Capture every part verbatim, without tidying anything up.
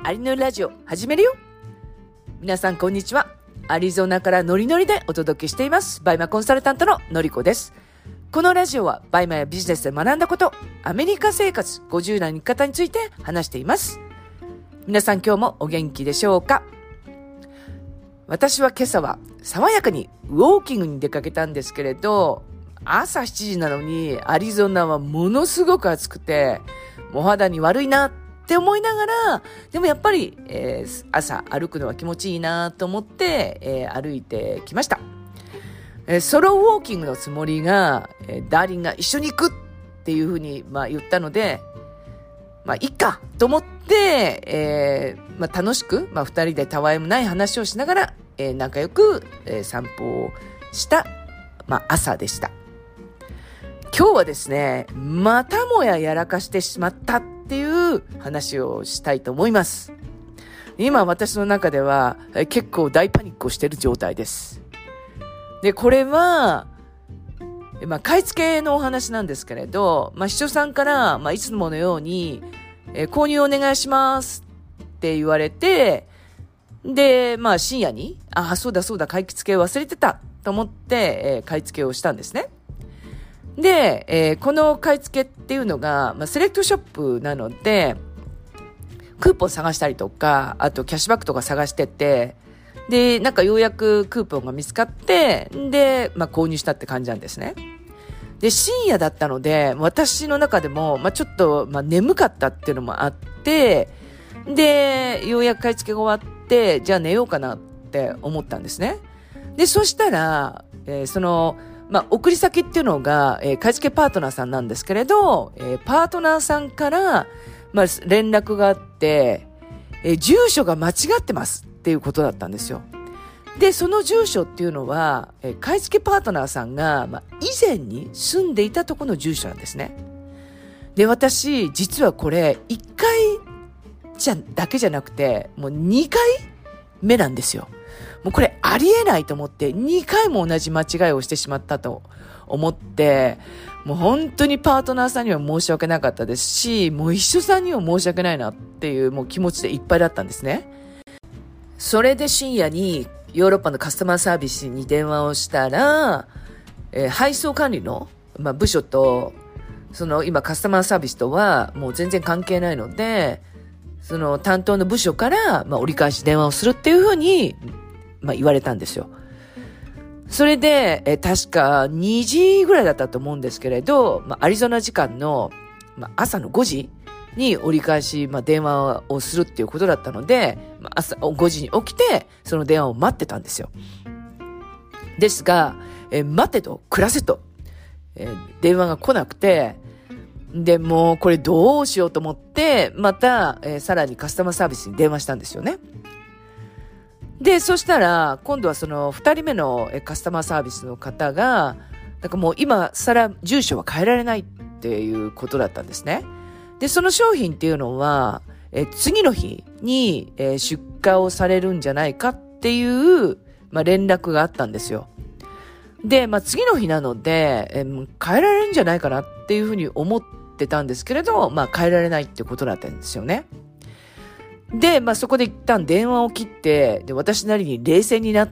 アリのラジオ始めるよ。皆さんこんにちは。アリゾナからノリノリでお届けしていますバイマコンサルタントののりこです。このラジオはバイマやビジネスで学んだこと、アメリカ生活ごじゅう代の生き方について話しています。皆さん今日もお元気でしょうか。私は今朝は爽やかにウォーキングに出かけたんですけれど、朝しちじなのにアリゾナはものすごく暑くて、お肌に悪いなって思いながら、でもやっぱり、えー、朝歩くのは気持ちいいなと思って、えー、歩いてきました。えー、ソロウォーキングのつもりが、えー、ダーリンが一緒に行くっていうふうに、まあ、言ったので、まあいいかと思って、えーまあ、楽しく、まあ、二人でたわいもない話をしながら、えー、仲良く、えー、散歩をした、まあ、朝でした。今日はですね、またもややらかしてしまったっていう話をしたいと思います。今私の中では結構大パニックをしている状態です。で、これは、まあ、買い付けのお話なんですけれど、まあ、秘書さんから、まあ、いつものように、えー、購入お願いしますって言われて、で、まあ、深夜に、あ、そうだそうだ、買い付け忘れてたと思って、えー、買い付けをしたんですね。で、えー、この買い付けっていうのが、まあ、セレクトショップなので、クーポン探したりとか、あとキャッシュバックとか探してて、で、なんかようやくクーポンが見つかって、で、まあ、購入したって感じなんですね。で、深夜だったので、私の中でも、まあ、ちょっと、まあ、眠かったっていうのもあって、で、ようやく買い付けが終わって、じゃあ寝ようかなって思ったんですね。で、そしたら、えー、その、まあ、送り先っていうのが、えー、買い付けパートナーさんなんですけれど、えー、パートナーさんから、まあ、連絡があって、えー、住所が間違ってますっていうことだったんですよ。で、その住所っていうのは、えー、買い付けパートナーさんが、まあ、以前に住んでいたところの住所なんですね。で、私、実はこれ、いっかいじゃ、だけじゃなくて、もうにかいめなんですよ。もうこれありえないと思ってにかいも同じ間違いをしてしまったと思って、もう本当にパートナーさんには申し訳なかったですし、もう一緒さんには申し訳ないなっていうもう気持ちでいっぱいだったんですね。それで深夜にヨーロッパのカスタマーサービスに電話をしたら、えー、配送管理の、まあ、部署とその今カスタマーサービスとはもう全然関係ないので、その担当の部署から、まあ、折り返し電話をするっていうふうにまあ、言われたんですよ。それで、え確かにじぐらいだったと思うんですけれど、まあ、アリゾナ時間の、まあ、朝のごじに折り返し、まあ、電話をするっていうことだったので、まあ、朝ごじに起きてその電話を待ってたんですよ。ですが、え待てと暮らせと、えー、電話が来なくて、でもうこれどうしようと思ってまた、えー、さらにカスタマーサービスに電話したんですよね。で、そしたら、今度はその二人目のカスタマーサービスの方が、なんかもう今更住所は変えられないっていうことだったんですね。で、その商品っていうのは、え次の日に、え出荷をされるんじゃないかっていう、まあ、連絡があったんですよ。で、まあ、次の日なので、え変えられるんじゃないかなっていうふうに思ってたんですけれど、まあ、変えられないってことだったんですよね。で、まあ、そこで一旦電話を切って、で、私なりに冷静になって、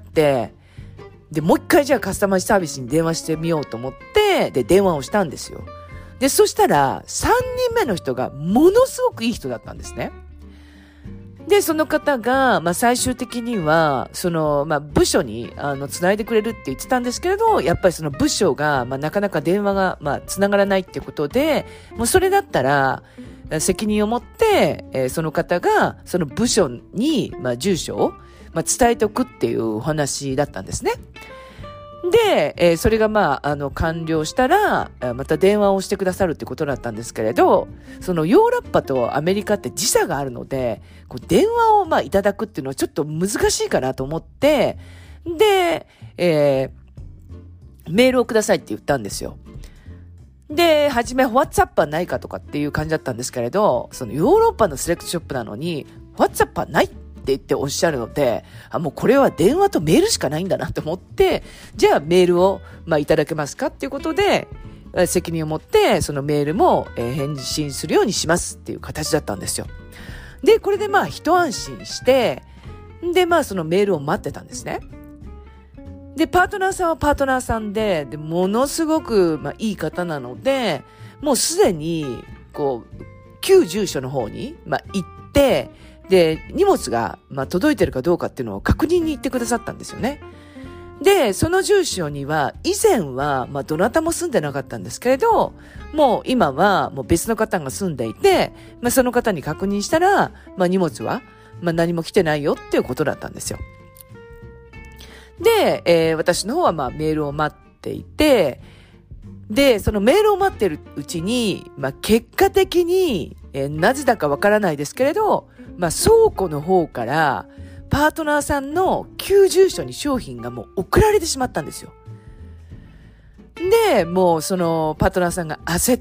で、もう一回じゃあカスタマーサービスに電話してみようと思って、で、電話をしたんですよ。で、そしたら、さんにんめの人がものすごくいい人だったんですね。で、その方が、まあ、最終的には、その、まあ、部署に、あの、つないでくれるって言ってたんですけれど、やっぱりその部署が、まあ、なかなか電話が、まあ、つながらないってことで、もうそれだったら、責任を持って、えー、その方がその部署に、まあ、住所を、まあ、伝えておくっていうお話だったんですね。で、えー、それがまあ、あの、完了したら、また電話をしてくださるってことだったんですけれど、そのヨーロッパとアメリカって時差があるので、こう電話をまあいただくっていうのはちょっと難しいかなと思って、で、えー、メールをくださいって言ったんですよ。で、はじめ、WhatsApp はないかとかっていう感じだったんですけれど、そのヨーロッパのセレクトショップなのに、WhatsApp はないって言っておっしゃるので、あ、もうこれは電話とメールしかないんだなと思って、じゃあメールを、まあ、いただけますかっていうことで、責任を持って、そのメールも、えー、返信するようにしますっていう形だったんですよ。 で、これでまあ一安心して、で、まあそのメールを待ってたんですね。で、パートナーさんはパートナーさんで、で、ものすごく、まあいい方なので、もうすでに、こう、旧住所の方に、まあ行って、で、荷物が、まあ届いてるかどうかっていうのを確認に行ってくださったんですよね。で、その住所には、以前は、まあ、どなたも住んでなかったんですけれど、もう今は、もう別の方が住んでいて、まあ、その方に確認したら、まあ、荷物は、まあ、何も来てないよっていうことだったんですよ。で、えー、私の方は、まあ、メールを待っていて、で、そのメールを待ってるうちに、まあ、結果的に、えー、なぜだかわからないですけれど、まあ、倉庫の方から、パートナーさんの旧住所に商品がもう送られてしまったんですよ。で、もうそのパートナーさんが焦って、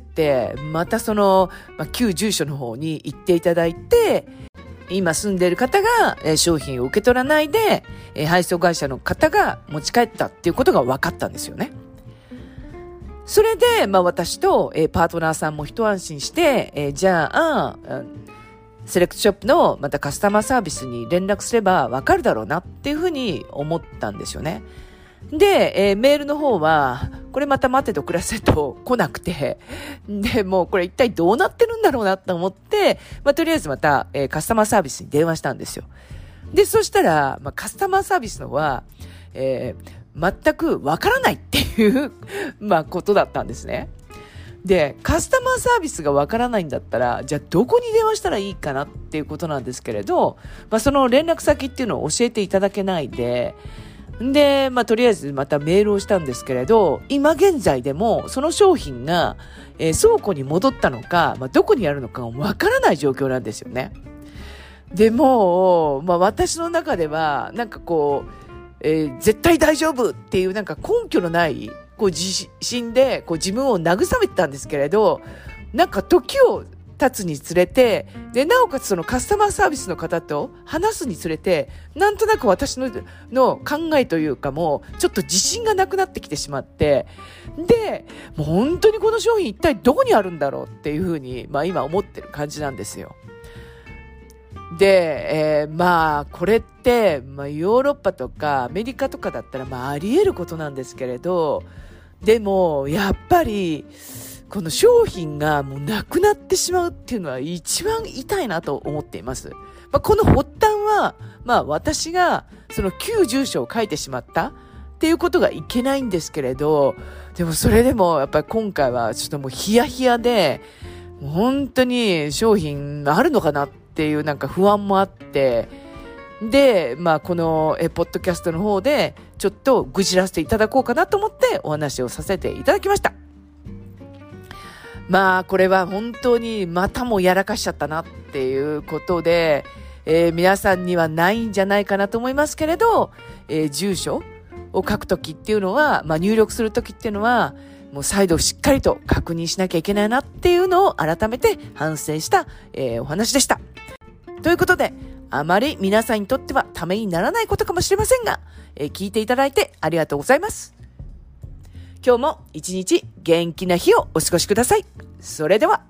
またその、まあ、旧住所の方に行っていただいて、今住んでいる方が、えー、商品を受け取らないで、えー、配送会社の方が持ち帰ったっていうことが分かったんですよね。それで、まあ私と、えー、パートナーさんも一安心して、えー、じゃあ、うんセレクトショップのまたカスタマーサービスに連絡すればわかるだろうなっていうふうに思ったんですよね。で、えー、メールの方は、これまた待っててくださいと来なくて、で、もうこれ一体どうなってるんだろうなと思って、まあ、とりあえずまた、えー、カスタマーサービスに電話したんですよ。で、そしたら、まあ、カスタマーサービスのは、えー、全くわからないっていう、まあ、ことだったんですね。で、カスタマーサービスがわからないんだったら、じゃあどこに電話したらいいかなっていうことなんですけれど、まあその連絡先っていうのを教えていただけないで、で、まあとりあえずまたメールをしたんですけれど、今現在でもその商品が、えー、倉庫に戻ったのか、まあどこにあるのかわからない状況なんですよね。でも、まあ私の中では、なんかこう、えー、絶対大丈夫っていうなんか根拠のない、こう自信でこう自分を慰めてたんですけれど、なんか時を経つにつれて、で、なおかつそのカスタマーサービスの方と話すにつれて、なんとなく私の、の考えというかもう、ちょっと自信がなくなってきてしまって、で、もう本当にこの商品一体どこにあるんだろうっていうふうに、まあ今思ってる感じなんですよ。で、えー、まあ、これって、まあヨーロッパとかアメリカとかだったら、まああり得ることなんですけれど、でも、やっぱり、この商品がもうなくなってしまうっていうのは一番痛いなと思っています。まあ、この発端は、まあ私がその旧住所を書いてしまったっていうことがいけないんですけれど、でもそれでもやっぱり今回はちょっともうヒヤヒヤで、もう本当に商品あるのかなっていうなんか不安もあって、で、まあこのえポッドキャストの方でちょっと愚痴らせていただこうかなと思ってお話をさせていただきました。まあこれは本当にまたもやらかしちゃったなっていうことで、えー、皆さんにはないんじゃないかなと思いますけれど、えー、住所を書くときっていうのは、まあ入力するときっていうのは、もう再度しっかりと確認しなきゃいけないなっていうのを改めて反省した、えー、お話でした。ということで、あまり皆さんにとってはためにならないことかもしれませんが、えー、聞いていただいてありがとうございます。今日も一日元気な日をお過ごしください。それでは。